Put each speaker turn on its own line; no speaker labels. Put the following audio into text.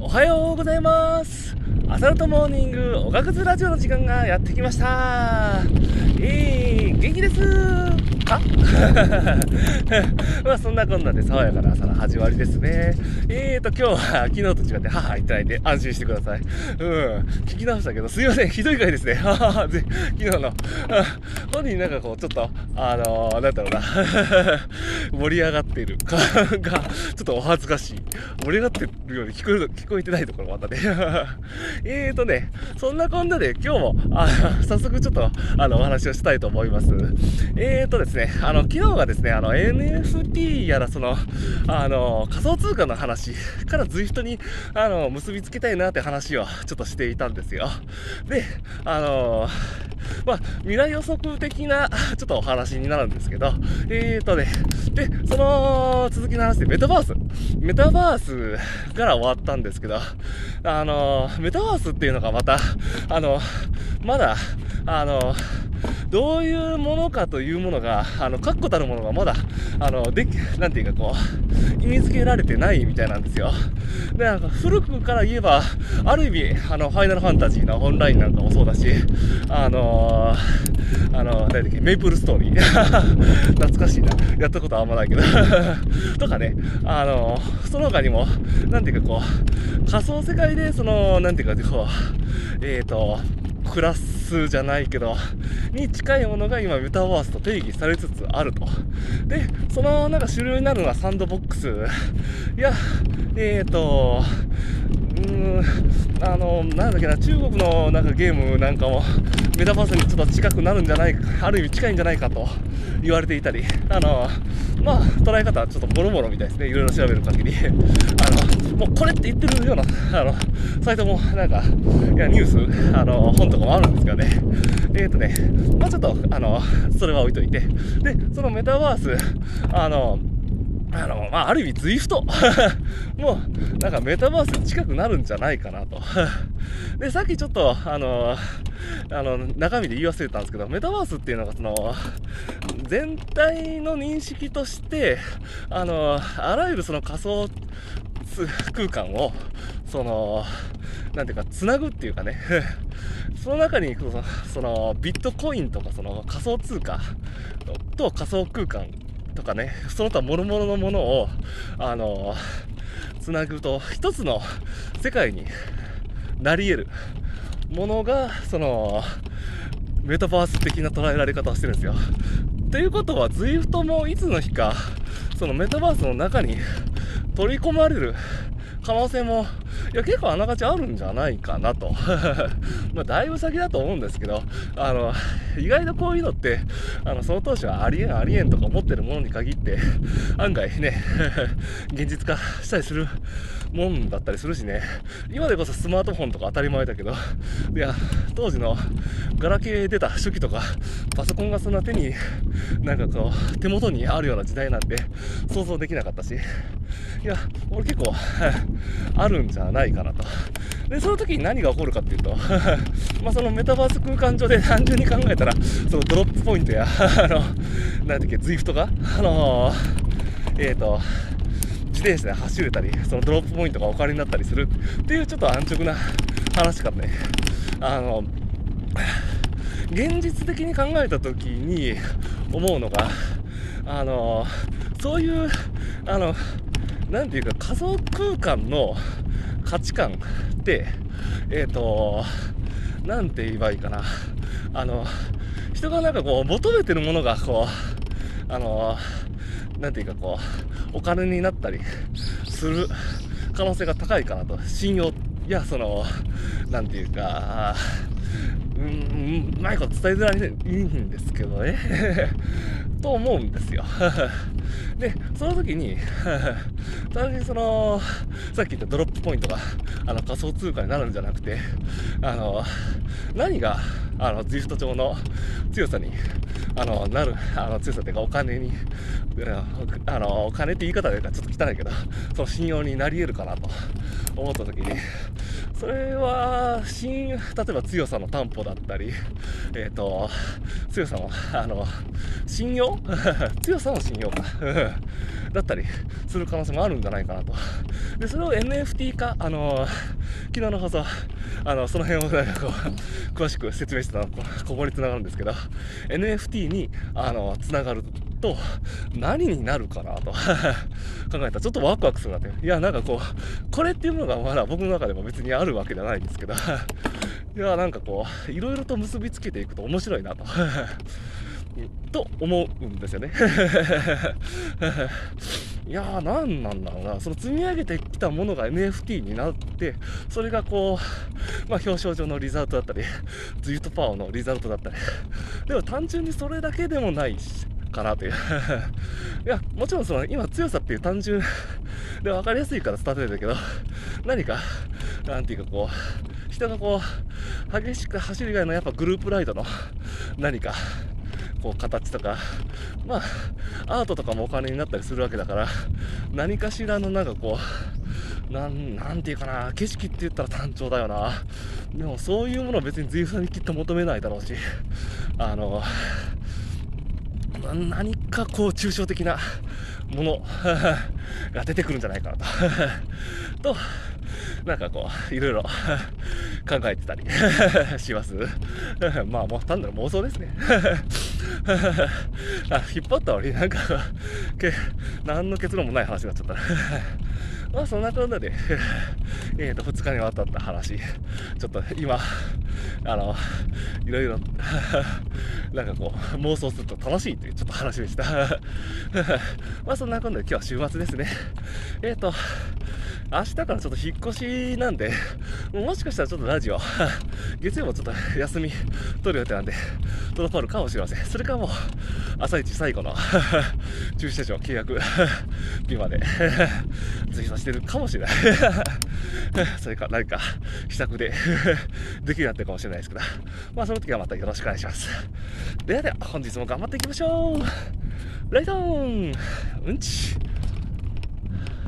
おはようございます。アサルトモーニングおがくずラジオの時間がやってきました。元気ですかまあそんなこんなで爽やかな朝の始まりですね。今日は昨日と違って母言ってないんで安心してください。聞き直したけどすいません、ひどい回ですね。昨日の本人なんかこうちょっとなんだろうな盛り上がっている感がちょっとお恥ずかしい。盛り上がってるように聞こえてないところまたねそんなこんなで今日も早速ちょっとお話をしたいと思います。ですね、昨日がですね、NFT やらその仮想通貨の話からZWIFTに結びつけたいなって話をちょっとしていたんですよ。で、未来予測的なちょっとお話になるんですけど、で、その続きの話でメタバースから終わったんですけど、メタバースっていうのがまた、まだ、どういうものかというものが、確固たるものがまだ、なんていうかこう、意味付けられてないみたいなんですよ。で、なんか古くから言えば、ある意味、ファイナルファンタジーのオンラインなんかもそうだし、メイプルストーリー。懐かしいな。やったことはあんまないけど。とかね、その他にも、なんていうかこう、仮想世界で、なんていうかこう、クラスじゃないけどに近いものが今メタバースと定義されつつあると。で、そのなんか主流になるのはサンドボックスやなんだっけな、中国のなんかゲームなんかもメタバースにちょっと近くなるんじゃないか、ある意味近いんじゃないかと言われていたり、捉え方はちょっとボロボロみたいですね。いろいろ調べる限りもうこれって言ってるようなサイトもなんかニュース本とかもあるんですがね。ちょっとそれは置いといて、でそのメタバースある意味ZWIFT もうなんかメタバースに近くなるんじゃないかなとで、さっきちょっと中身で言い忘れたんですけど、メタバースっていうのが全体の認識としてあらゆるその仮想空間をなんていうかつなぐっていうかねその中にそのビットコインとかその仮想通貨と仮想空間とかね、その他諸々のものをつなぐと一つの世界になり得るものがメタバース的な捉えられ方をしてるんですよ。ということはZWIFTもいつの日かそのメタバースの中に取り込まれる可能性も結構あながちあるんじゃないかなとだいぶ先だと思うんですけど、意外とこういうのってその当初はありえんとか思ってるものに限って案外ね現実化したりするもんだったりするしね。今でこそスマートフォンとか当たり前だけど、いや当時のガラケー出た初期とかパソコンがそんななんかこう手元にあるような時代なんて想像できなかったし、いや俺結構あるんじゃないかなと。でその時に何が起こるかっていうとそのメタバース空間上で単純に考えたらそのドロップポイントやなんだっけZWIFTが自転車で走れたり、そのドロップポイントがお金になったりするっていうちょっと安直な話からね、現実的に考えた時に思うのがそういうなんていうか仮想空間の価値観ってなんて言えばいいかな、人がなんかこう求めてるものがこうなんていうかこうお金になったりする可能性が高いかなと。信用やなんていうかうまいこと伝えづらいんですけどねと思うんですよでその時に単純にさっき言ったドロップポイントが仮想通貨になるんじゃなくて何が ZWIFT 上の強さになる、強さというかお金に、お金って言い方でちょっと汚いけど、その信用になり得るかなと思った時に、それは例えば強さの担保だったり、強さの信用強さの信用かだったりする可能性もあるんじゃないかなと。でそれを NFT 化、昨日の放送その辺を詳しく説明してたのここにつながるんですけど、 NFT につながると何になるかなと考えたらちょっとワクワクするなって。いやなんかこれっていうものがまだ僕の中でも別にあるわけじゃないんですけどいやなんかいろいろと結びつけていくと面白いなとと思うんですよねいやー何なんだろうな、その積み上げてきたものが NFT になって、それが表彰状のリザルトだったりZWIFTパワーのリザルトだったり、でも単純にそれだけでもないかなといういやもちろん今強さっていう単純で分かりやすいから伝えてるけど、何かなんていうか人が激しく走る以外のやっぱグループライドの何か形とか、アートとかもお金になったりするわけだから、何かしらのなんていうかな、景色って言ったら単調だよな。でもそういうものは別にZWIFTにきっと求めないだろうし、何か抽象的なものが出てくるんじゃないかなととなんかいろいろ考えてたりしますもう単なる妄想ですね引っ張った割に何の結論もない話になっちゃったそんな感じで2日にわたった話、ちょっと今いろいろ妄想すると楽しいというちょっと話でしたそんな感じで今日は週末ですね。明日からちょっと引っ越しなんで、もしかしたらちょっとラジオ月曜もちょっと休み取る予定なんで滞るかもしれません。それかもう朝一最後の駐車場契約日まで追加してるかもしれないそれか何か試作でできるようになってるかもしれないですけど、その時はまたよろしくお願いします。では本日も頑張っていきましょう。ライトンうんち